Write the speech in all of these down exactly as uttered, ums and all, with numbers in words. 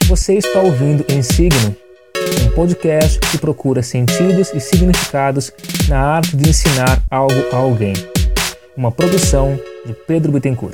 Você está ouvindo Em Signo, um podcast que procura sentidos e significados na arte de ensinar algo a alguém. Uma produção de Pedro Bittencourt.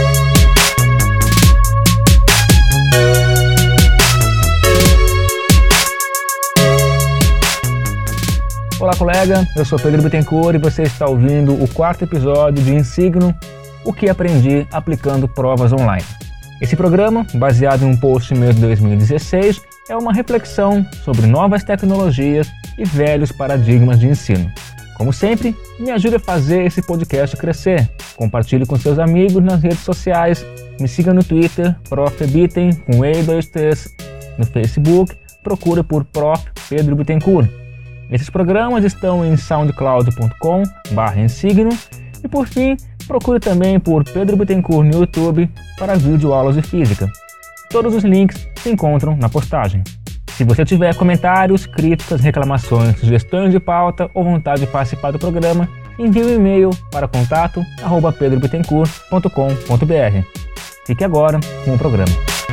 Olá, colega, eu sou Pedro Bittencourt e você está ouvindo o quarto episódio de Em Signo, o que aprendi aplicando provas online. Esse programa, baseado em um post meu de dois mil e dezesseis, é uma reflexão sobre novas tecnologias e velhos paradigmas de ensino. Como sempre, me ajude a fazer esse podcast crescer. Compartilhe com seus amigos nas redes sociais, me siga no Twitter, prof Bitten, com E dois T's, no Facebook, procura por prof Pedro Bittencourt. Esses programas estão em soundcloud ponto com barra Ensigno e, por fim, procure também por Pedro Bittencourt no YouTube para videoaulas de física. Todos os links se encontram na postagem. Se você tiver comentários, críticas, reclamações, sugestões de pauta ou vontade de participar do programa, envie um e-mail para contato arroba pedro bittencourt ponto com ponto br. Fique agora com o programa.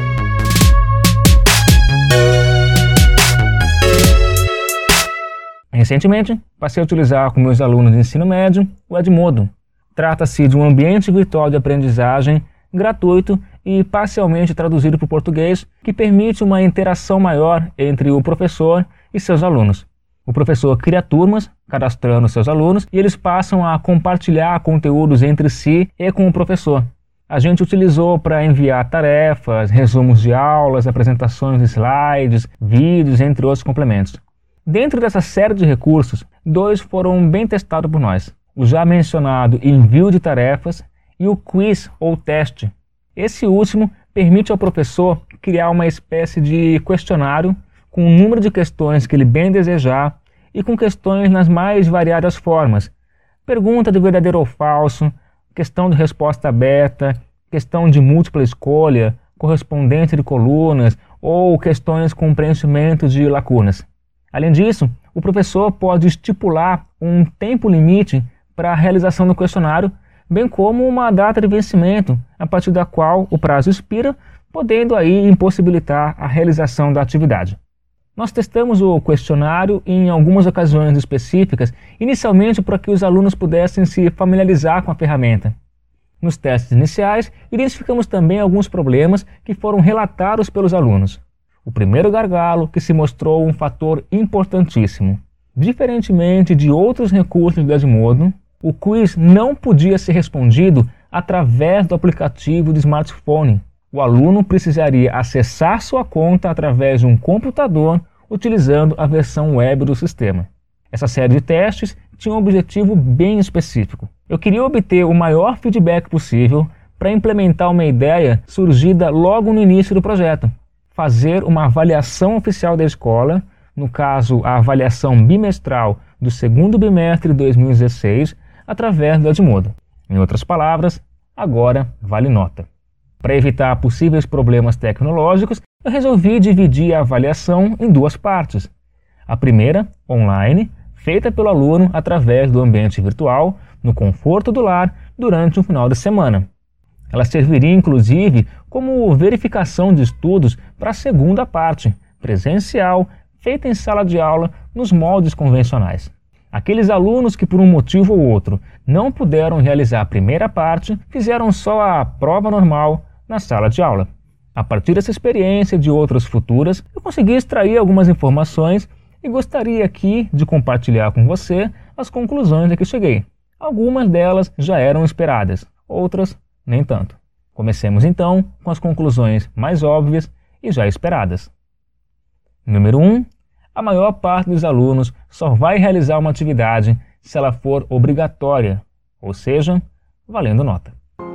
Recentemente, passei a utilizar com meus alunos de ensino médio o Edmodo. Trata-se de um ambiente virtual de aprendizagem gratuito e parcialmente traduzido para o português que permite uma interação maior entre o professor e seus alunos. O professor cria turmas, cadastrando seus alunos, e eles passam a compartilhar conteúdos entre si e com o professor. A gente utilizou para enviar tarefas, resumos de aulas, apresentações de slides, vídeos, entre outros complementos. Dentro dessa série de recursos, dois foram bem testados por nós. O já mencionado envio de tarefas e o quiz ou teste. Esse último permite ao professor criar uma espécie de questionário com o número de questões que ele bem desejar e com questões nas mais variadas formas. Pergunta de verdadeiro ou falso, questão de resposta aberta, questão de múltipla escolha, correspondência de colunas ou questões com preenchimento de lacunas. Além disso, o professor pode estipular um tempo limite para a realização do questionário, bem como uma data de vencimento, a partir da qual o prazo expira, podendo aí impossibilitar a realização da atividade. Nós testamos o questionário em algumas ocasiões específicas, inicialmente para que os alunos pudessem se familiarizar com a ferramenta. Nos testes iniciais, identificamos também alguns problemas que foram relatados pelos alunos. O primeiro gargalo, que se mostrou um fator importantíssimo. Diferentemente de outros recursos do Edmodo, o quiz não podia ser respondido através do aplicativo de smartphone. O aluno precisaria acessar sua conta através de um computador utilizando a versão web do sistema. Essa série de testes tinha um objetivo bem específico. Eu queria obter o maior feedback possível para implementar uma ideia surgida logo no início do projeto. Fazer uma avaliação oficial da escola, no caso a avaliação bimestral do segundo bimestre de dois mil e dezesseis, através do Edmodo. Em outras palavras, agora vale nota. Para evitar possíveis problemas tecnológicos, eu resolvi dividir a avaliação em duas partes. A primeira, online, feita pelo aluno através do ambiente virtual, no conforto do lar, durante um final de semana. Ela serviria, inclusive, como verificação de estudos para a segunda parte, presencial, feita em sala de aula nos moldes convencionais. Aqueles alunos que, por um motivo ou outro, não puderam realizar a primeira parte, fizeram só a prova normal na sala de aula. A partir dessa experiência e de outras futuras, eu consegui extrair algumas informações e gostaria aqui de compartilhar com você as conclusões a que cheguei. Algumas delas já eram esperadas, outras nem tanto. Comecemos então com as conclusões mais óbvias e já esperadas. Número um. A maior parte dos alunos só vai realizar uma atividade se ela for obrigatória, ou seja, valendo nota.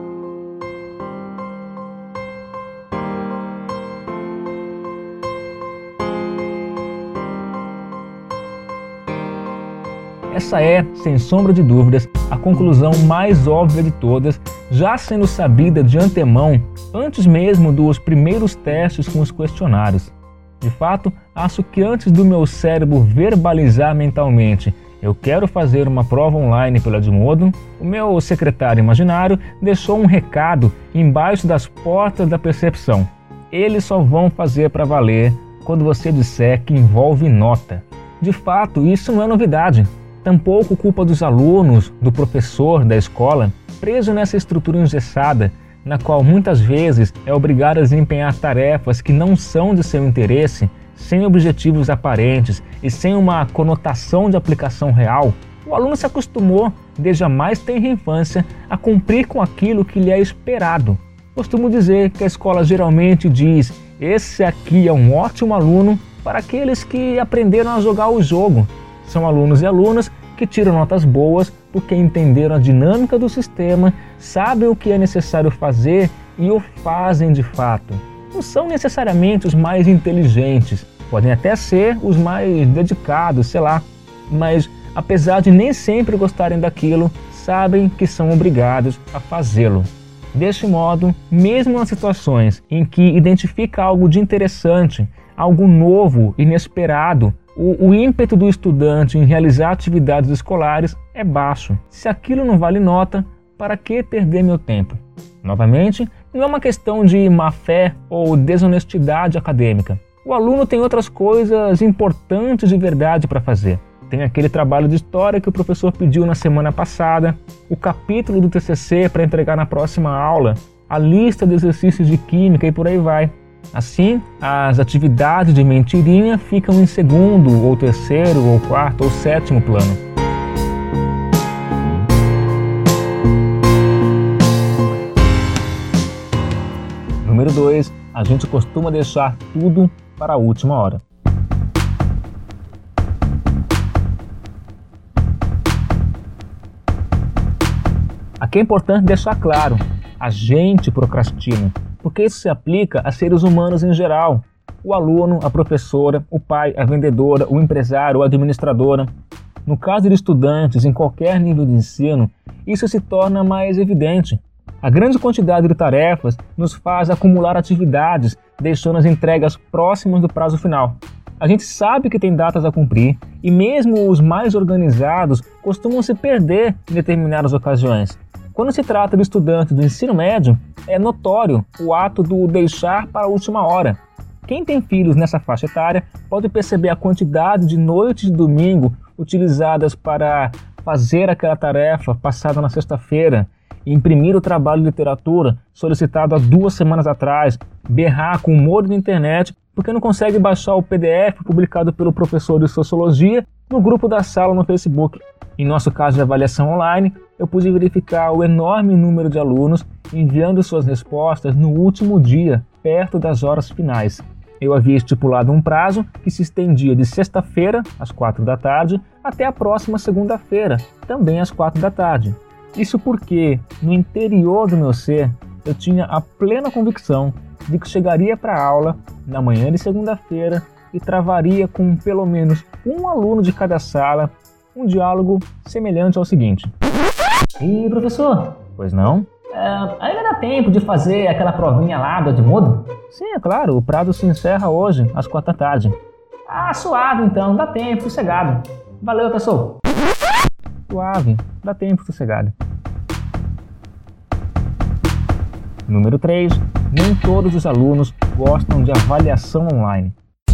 Essa é, sem sombra de dúvidas, a conclusão mais óbvia de todas, já sendo sabida de antemão, antes mesmo dos primeiros testes com os questionários. De fato, acho que antes do meu cérebro verbalizar mentalmente eu quero fazer uma prova online pelo Edmodo, o meu secretário imaginário deixou um recado embaixo das portas da percepção. eles só vão fazer para valer quando você disser que envolve nota. De fato, isso não é novidade. Tampouco culpa dos alunos, do professor, da escola, preso nessa estrutura engessada, na qual muitas vezes é obrigado a desempenhar tarefas que não são de seu interesse, sem objetivos aparentes e sem uma conotação de aplicação real. O aluno se acostumou, desde a mais tenra infância, a cumprir com aquilo que lhe é esperado. Costumo dizer que a escola geralmente diz: esse aqui é um ótimo aluno para aqueles que aprenderam a jogar o jogo. São alunos e alunas que tiram notas boas porque entenderam a dinâmica do sistema, sabem o que é necessário fazer e o fazem de fato. Não são necessariamente os mais inteligentes, podem até ser os mais dedicados, sei lá, mas apesar de nem sempre gostarem daquilo, sabem que são obrigados a fazê-lo. Deste modo, mesmo nas situações em que identifica algo de interessante, algo novo, inesperado, o, o ímpeto do estudante em realizar atividades escolares é baixo. Se aquilo não vale nota, para que perder meu tempo? Novamente, não é uma questão de má-fé ou desonestidade acadêmica. O aluno tem outras coisas importantes de verdade para fazer. Tem aquele trabalho de história que o professor pediu na semana passada, o capítulo do T C C para entregar na próxima aula, a lista de exercícios de química e por aí vai. Assim, as atividades de mentirinha ficam em segundo, ou terceiro, ou quarto, ou sétimo plano. Número dois. A gente costuma deixar tudo para a última hora. Aqui é importante deixar claro, a gente procrastina, porque isso se aplica a seres humanos em geral. O aluno, a professora, o pai, a vendedora, o empresário, a administradora. No caso de estudantes em qualquer nível de ensino, isso se torna mais evidente. A grande quantidade de tarefas nos faz acumular atividades, deixando as entregas próximas do prazo final. A gente sabe que tem datas a cumprir e mesmo os mais organizados costumam se perder em determinadas ocasiões. Quando se trata de estudantes do ensino médio, é notório o ato do deixar para a última hora. Quem tem filhos nessa faixa etária pode perceber a quantidade de noites de domingo utilizadas para fazer aquela tarefa passada na sexta-feira, imprimir o trabalho de literatura solicitado há duas semanas atrás, berrar com o molho da internet porque não consegue baixar o P D F publicado pelo professor de Sociologia no grupo da sala no Facebook. Em nosso caso de avaliação online, eu pude verificar o enorme número de alunos enviando suas respostas no último dia, perto das horas finais. Eu havia estipulado um prazo que se estendia de sexta-feira, às quatro da tarde, até a próxima segunda-feira, também às quatro da tarde. Isso porque, no interior do meu ser, eu tinha a plena convicção de que chegaria para a aula na manhã de segunda-feira e travaria com pelo menos um aluno de cada sala um diálogo semelhante ao seguinte: "E professor, pois não? É, ainda dá tempo de fazer aquela provinha lá do Edmundo?" "Sim, é claro, o prazo se encerra hoje, às quatro da tarde." "Ah, suave então, dá tempo, sossegado. Valeu, professor." Suave, dá tempo, sossegado. Número três. Nem todos os alunos gostam de avaliação online.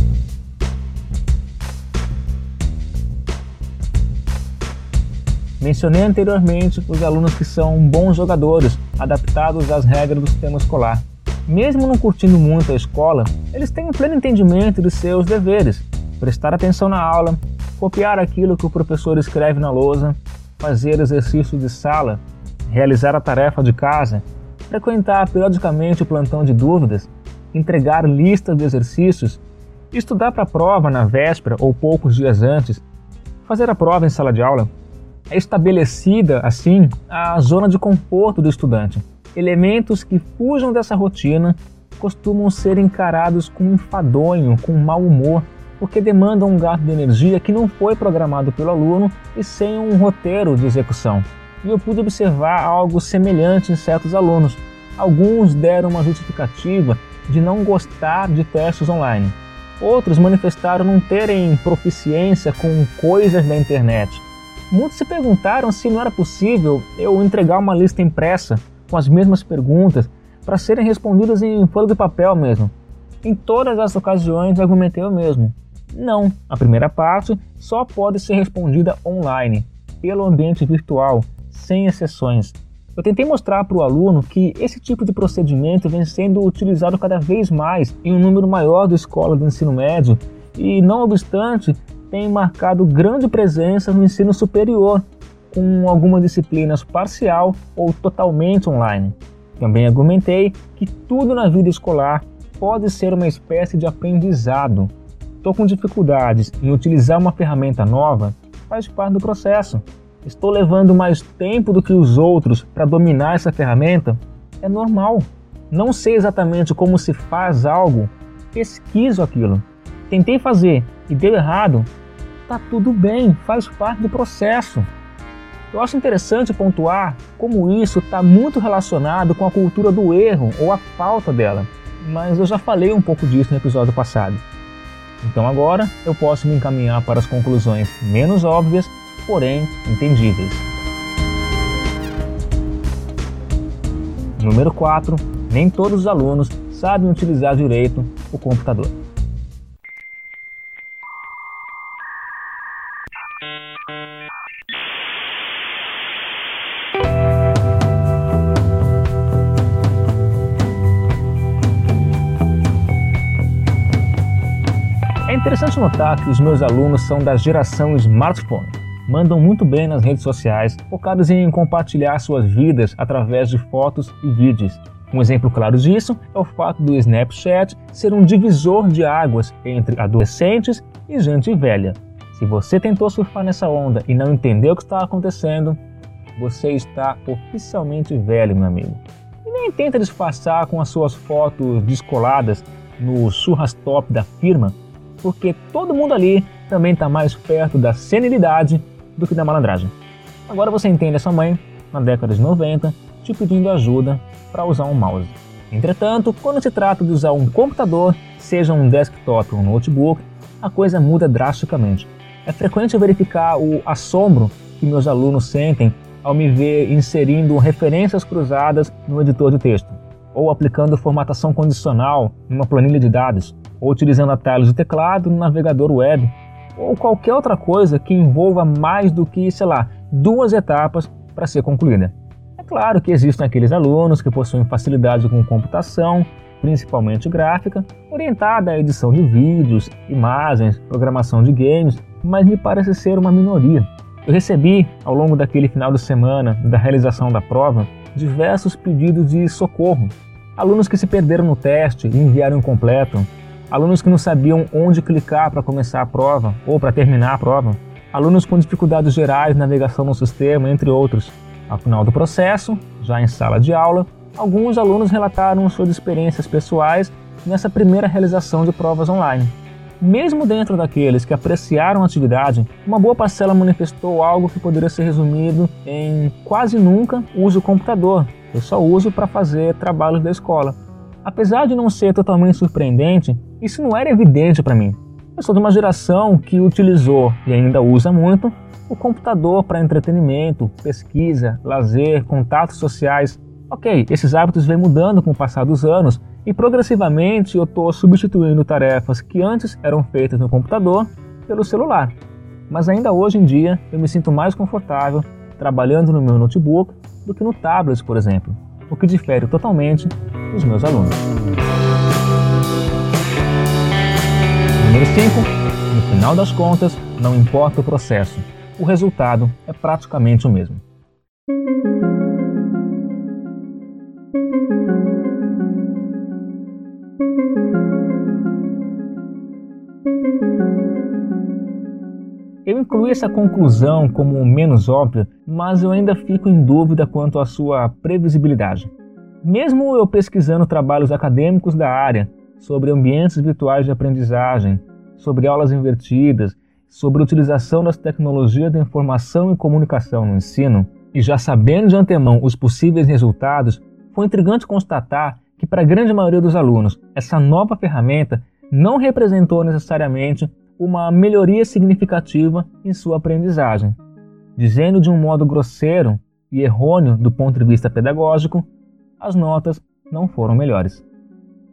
Mencionei anteriormente os alunos que são bons jogadores, adaptados às regras do sistema escolar. Mesmo não curtindo muito a escola, eles têm um pleno entendimento de seus deveres, prestar atenção na aula, copiar aquilo que o professor escreve na lousa, fazer exercício de sala, realizar a tarefa de casa, frequentar periodicamente o plantão de dúvidas, entregar listas de exercícios, estudar para a prova na véspera ou poucos dias antes, fazer a prova em sala de aula. É estabelecida, assim, a zona de conforto do estudante. Elementos que fujam dessa rotina costumam ser encarados com enfadonho, com mau humor, porque demandam um gasto de energia que não foi programado pelo aluno e sem um roteiro de execução. E eu pude observar algo semelhante em certos alunos. Alguns deram uma justificativa de não gostar de testes online. Outros manifestaram não terem proficiência com coisas da internet. Muitos se perguntaram se não era possível eu entregar uma lista impressa com as mesmas perguntas para serem respondidas em folha de papel mesmo. Em todas as ocasiões argumentei o mesmo. Não, a primeira parte só pode ser respondida online, pelo ambiente virtual, sem exceções. Eu tentei mostrar para o aluno que esse tipo de procedimento vem sendo utilizado cada vez mais em um número maior de escolas do ensino médio e, não obstante, tem marcado grande presença no ensino superior, com algumas disciplinas parcial ou totalmente online. Também argumentei que tudo na vida escolar pode ser uma espécie de aprendizado. Estou com dificuldades em utilizar uma ferramenta nova, faz parte do processo. Estou levando mais tempo do que os outros para dominar essa ferramenta, é normal. Não sei exatamente como se faz algo, pesquiso aquilo. Tentei fazer e deu errado, tá tudo bem, faz parte do processo. Eu acho interessante pontuar como isso está muito relacionado com a cultura do erro ou a falta dela, mas eu já falei um pouco disso no episódio passado. Então agora eu posso me encaminhar para as conclusões menos óbvias, porém entendíveis. Número quatro. Nem todos os alunos sabem utilizar direito o computador. É interessante notar que os meus alunos são da geração smartphone. Mandam muito bem nas redes sociais, focados em compartilhar suas vidas através de fotos e vídeos. Um exemplo claro disso é o fato do Snapchat ser um divisor de águas entre adolescentes e gente velha. Se você tentou surfar nessa onda e não entendeu o que está acontecendo, você está oficialmente velho, meu amigo. E nem tenta disfarçar com as suas fotos descoladas no churrastop da firma, porque todo mundo ali também está mais perto da senilidade do que da malandragem. Agora você entende essa mãe, na década de noventa, te pedindo ajuda para usar um mouse. Entretanto, quando se trata de usar um computador, seja um desktop ou um notebook, a coisa muda drasticamente. É frequente verificar o assombro que meus alunos sentem ao me ver inserindo referências cruzadas no editor de texto, ou aplicando formatação condicional numa planilha de dados, ou utilizando atalhos de teclado no navegador web, ou qualquer outra coisa que envolva mais do que, sei lá, duas etapas para ser concluída. É claro que existem aqueles alunos que possuem facilidade com computação, principalmente gráfica, orientada à edição de vídeos, imagens, programação de games, mas me parece ser uma minoria. Eu recebi, ao longo daquele final de semana da realização da prova, diversos pedidos de socorro. Alunos que se perderam no teste e enviaram incompleto, alunos que não sabiam onde clicar para começar a prova ou para terminar a prova, alunos com dificuldades gerais de navegação no sistema, entre outros. Ao final do processo, já em sala de aula, alguns alunos relataram suas experiências pessoais nessa primeira realização de provas online. Mesmo dentro daqueles que apreciaram a atividade, uma boa parcela manifestou algo que poderia ser resumido em quase nunca uso o computador, eu só uso para fazer trabalhos da escola. Apesar de não ser totalmente surpreendente, isso não era evidente para mim. Eu sou de uma geração que utilizou e ainda usa muito o computador para entretenimento, pesquisa, lazer, contatos sociais. Ok, esses hábitos vêm mudando com o passar dos anos e progressivamente eu estou substituindo tarefas que antes eram feitas no computador pelo celular. Mas ainda hoje em dia eu me sinto mais confortável trabalhando no meu notebook do que no tablet, por exemplo, o que difere totalmente dos meus alunos. Número cinco. No final das contas, não importa o processo, o resultado é praticamente o mesmo. Eu incluí essa conclusão como menos óbvia, mas eu ainda fico em dúvida quanto à sua previsibilidade. Mesmo eu pesquisando trabalhos acadêmicos da área, sobre ambientes virtuais de aprendizagem, sobre aulas invertidas, sobre a utilização das tecnologias da informação e comunicação no ensino, e já sabendo de antemão os possíveis resultados, foi intrigante constatar que para a grande maioria dos alunos, essa nova ferramenta não representou necessariamente uma melhoria significativa em sua aprendizagem. Dizendo de um modo grosseiro e errôneo do ponto de vista pedagógico, as notas não foram melhores.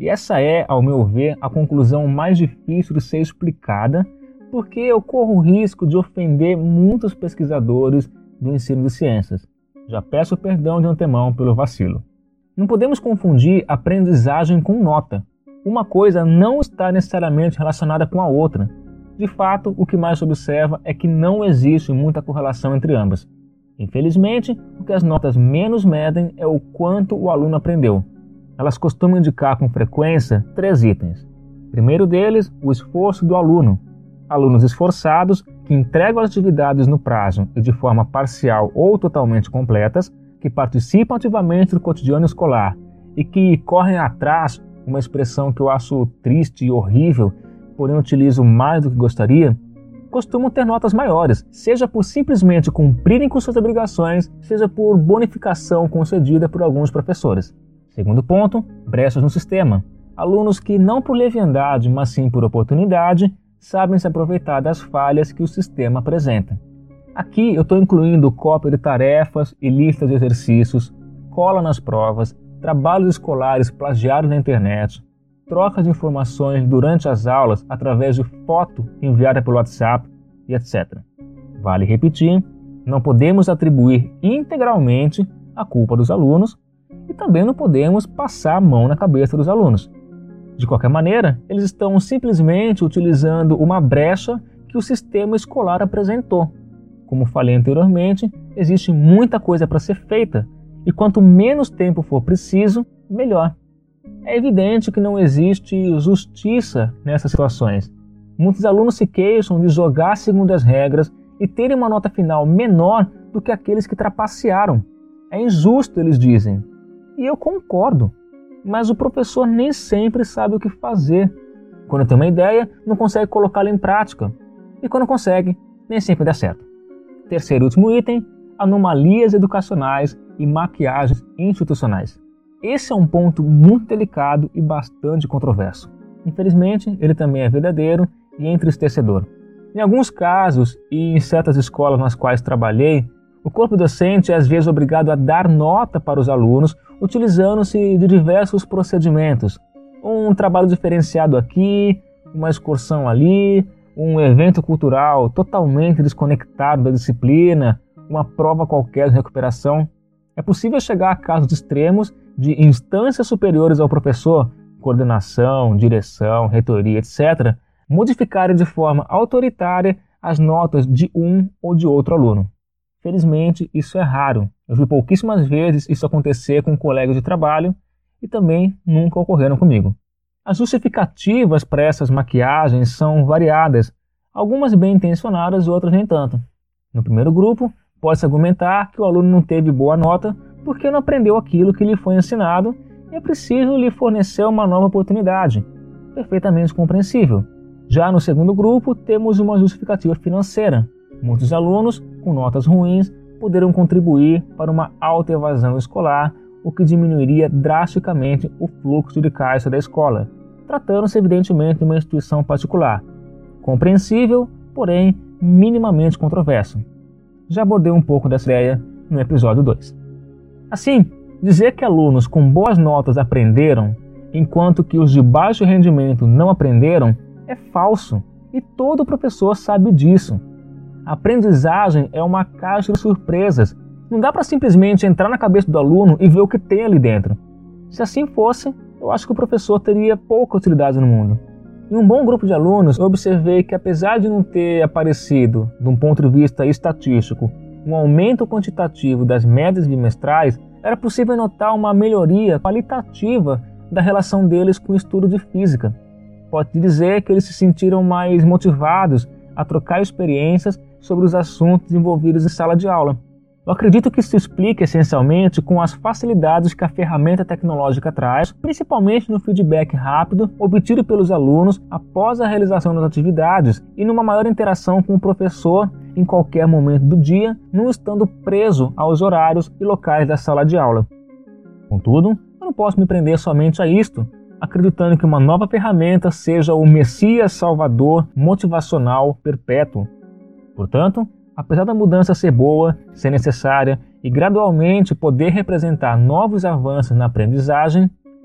E essa é, ao meu ver, a conclusão mais difícil de ser explicada, porque eu corro o risco de ofender muitos pesquisadores do ensino de ciências. Já peço perdão de antemão pelo vacilo. Não podemos confundir aprendizagem com nota. Uma coisa não está necessariamente relacionada com a outra. De fato, o que mais se observa é que não existe muita correlação entre ambas. Infelizmente, o que as notas menos medem é o quanto o aluno aprendeu. Elas costumam indicar com frequência três itens. Primeiro deles, o esforço do aluno. Alunos esforçados que entregam as atividades no prazo e de forma parcial ou totalmente completas, que participam ativamente do cotidiano escolar e que correm atrás, uma expressão que eu acho triste e horrível, porém utilizo mais do que gostaria, costumam ter notas maiores, seja por simplesmente cumprirem com suas obrigações, seja por bonificação concedida por alguns professores. Segundo ponto, brechas no sistema. Alunos que não por leviandade, mas sim por oportunidade, sabem se aproveitar das falhas que o sistema apresenta. Aqui eu estou incluindo cópia de tarefas e listas de exercícios, cola nas provas, trabalhos escolares plagiados na internet, troca de informações durante as aulas através de foto enviada pelo WhatsApp e etcétera. Vale repetir, não podemos atribuir integralmente a culpa dos alunos e também não podemos passar a mão na cabeça dos alunos. De qualquer maneira, eles estão simplesmente utilizando uma brecha que o sistema escolar apresentou. Como falei anteriormente, existe muita coisa para ser feita e quanto menos tempo for preciso, melhor. É evidente que não existe justiça nessas situações. Muitos alunos se queixam de jogar segundo as regras e terem uma nota final menor do que aqueles que trapacearam. É injusto, eles dizem. E eu concordo. Mas o professor nem sempre sabe o que fazer. Quando tem uma ideia, não consegue colocá-la em prática. E quando consegue, nem sempre dá certo. Terceiro e último item, anomalias educacionais e maquiagens institucionais. Esse é um ponto muito delicado e bastante controverso. Infelizmente, ele também é verdadeiro e entristecedor. Em alguns casos, e em certas escolas nas quais trabalhei, o corpo docente é às vezes obrigado a dar nota para os alunos utilizando-se de diversos procedimentos. Um trabalho diferenciado aqui, uma excursão ali, um evento cultural totalmente desconectado da disciplina, uma prova qualquer de recuperação. É possível chegar a casos extremos de instâncias superiores ao professor, coordenação, direção, reitoria, etcétera, modificarem de forma autoritária as notas de um ou de outro aluno. Felizmente, isso é raro. Eu vi pouquíssimas vezes isso acontecer com colegas de trabalho e também nunca ocorreram comigo. As justificativas para essas maquiagens são variadas, algumas bem intencionadas e outras nem tanto. No primeiro grupo, pode-se argumentar que o aluno não teve boa nota porque não aprendeu aquilo que lhe foi ensinado e é preciso lhe fornecer uma nova oportunidade. Perfeitamente compreensível. Já no segundo grupo, temos uma justificativa financeira. Muitos alunos, com notas ruins, poderão contribuir para uma alta evasão escolar, o que diminuiria drasticamente o fluxo de caixa da escola, tratando-se evidentemente de uma instituição particular. Compreensível, porém minimamente controverso. Já abordei um pouco dessa ideia no episódio dois. Assim, dizer que alunos com boas notas aprenderam, enquanto que os de baixo rendimento não aprenderam, é falso, e todo professor sabe disso. A aprendizagem é uma caixa de surpresas. Não dá para simplesmente entrar na cabeça do aluno e ver o que tem ali dentro. Se assim fosse, eu acho que o professor teria pouca utilidade no mundo. Em um bom grupo de alunos, eu observei que apesar de não ter aparecido, de um ponto de vista estatístico, um aumento quantitativo das médias bimestrais, era possível notar uma melhoria qualitativa da relação deles com o estudo de física. Pode dizer que eles se sentiram mais motivados a trocar experiências sobre os assuntos envolvidos em sala de aula. Eu acredito que isso se explica essencialmente com as facilidades que a ferramenta tecnológica traz, principalmente no feedback rápido obtido pelos alunos após a realização das atividades e numa maior interação com o professor em qualquer momento do dia, não estando preso aos horários e locais da sala de aula. Contudo, eu não posso me prender somente a isto, acreditando que uma nova ferramenta seja o Messias Salvador motivacional perpétuo. Portanto, apesar da mudança ser boa, ser necessária e gradualmente poder representar novos avanços na aprendizagem,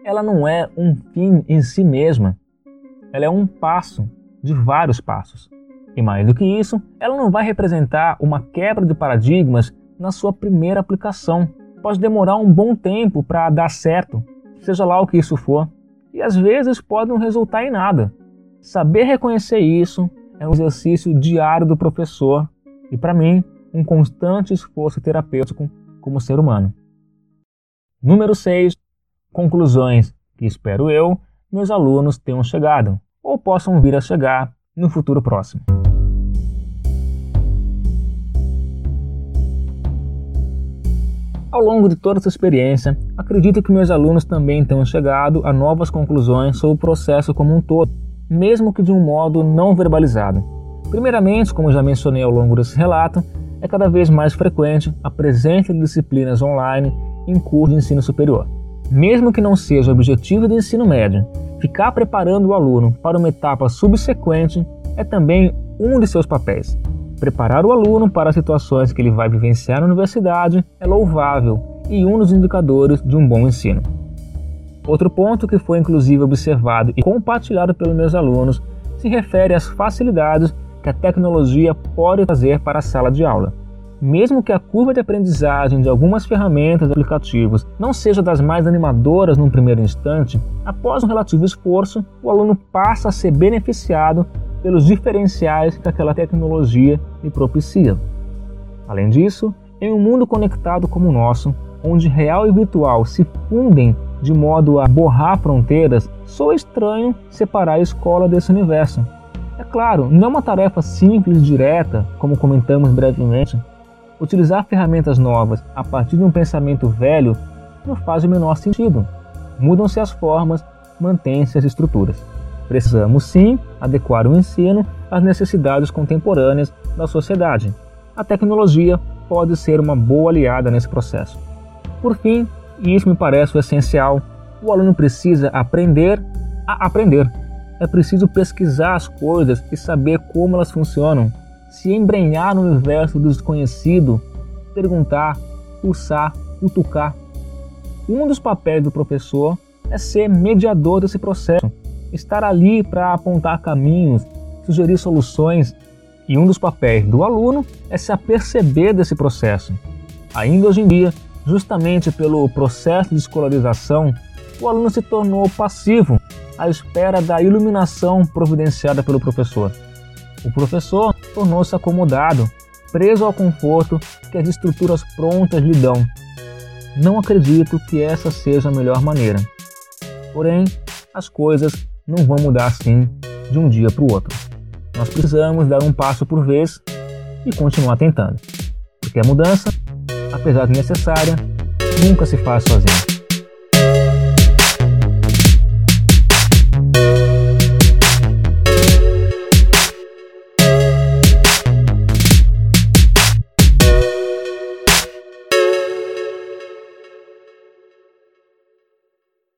ela não é um fim em si mesma. Ela é um passo de vários passos. E mais do que isso, ela não vai representar uma quebra de paradigmas na sua primeira aplicação. Pode demorar um bom tempo para dar certo, seja lá o que isso for, e às vezes pode não resultar em nada. Saber reconhecer isso é um exercício diário do professor e, para mim, um constante esforço terapêutico como ser humano. Número seis. Conclusões que, espero eu, meus alunos tenham chegado ou possam vir a chegar no futuro próximo. Ao longo de toda essa experiência, acredito que meus alunos também tenham chegado a novas conclusões sobre o processo como um todo, mesmo que de um modo não verbalizado. Primeiramente, como já mencionei ao longo desse relato, é cada vez mais frequente a presença de disciplinas online em curso de ensino superior. Mesmo que não seja o objetivo do ensino médio, ficar preparando o aluno para uma etapa subsequente é também um de seus papéis. Preparar o aluno para as situações que ele vai vivenciar na universidade é louvável e um dos indicadores de um bom ensino. Outro ponto que foi inclusive observado e compartilhado pelos meus alunos se refere às facilidades que a tecnologia pode trazer para a sala de aula. Mesmo que a curva de aprendizagem de algumas ferramentas e aplicativos não seja das mais animadoras num primeiro instante, após um relativo esforço, o aluno passa a ser beneficiado pelos diferenciais que aquela tecnologia lhe propicia. Além disso, em um mundo conectado como o nosso, onde real e virtual se fundem de modo a borrar fronteiras, soa estranho separar a escola desse universo. É claro, não é uma tarefa simples e direta, como comentamos brevemente. Utilizar ferramentas novas a partir de um pensamento velho não faz o menor sentido. Mudam-se as formas, mantêm-se as estruturas. Precisamos sim adequar o ensino às necessidades contemporâneas da sociedade. A tecnologia pode ser uma boa aliada nesse processo. Por fim, e isso me parece o essencial, o aluno precisa aprender a aprender. É preciso pesquisar as coisas e saber como elas funcionam, se embrenhar no universo do desconhecido, perguntar, pulsar, cutucar. Um dos papéis do professor é ser mediador desse processo, estar ali para apontar caminhos, sugerir soluções, e um dos papéis do aluno é se aperceber desse processo. Ainda hoje em dia, justamente pelo processo de escolarização, o aluno se tornou passivo à espera da iluminação providenciada pelo professor. O professor tornou-se acomodado, preso ao conforto que as estruturas prontas lhe dão. Não acredito que essa seja a melhor maneira. Porém, as coisas não vão mudar assim de um dia para o outro. Nós precisamos dar um passo por vez e continuar tentando. Porque a mudança, apesar de necessária, nunca se faz sozinha.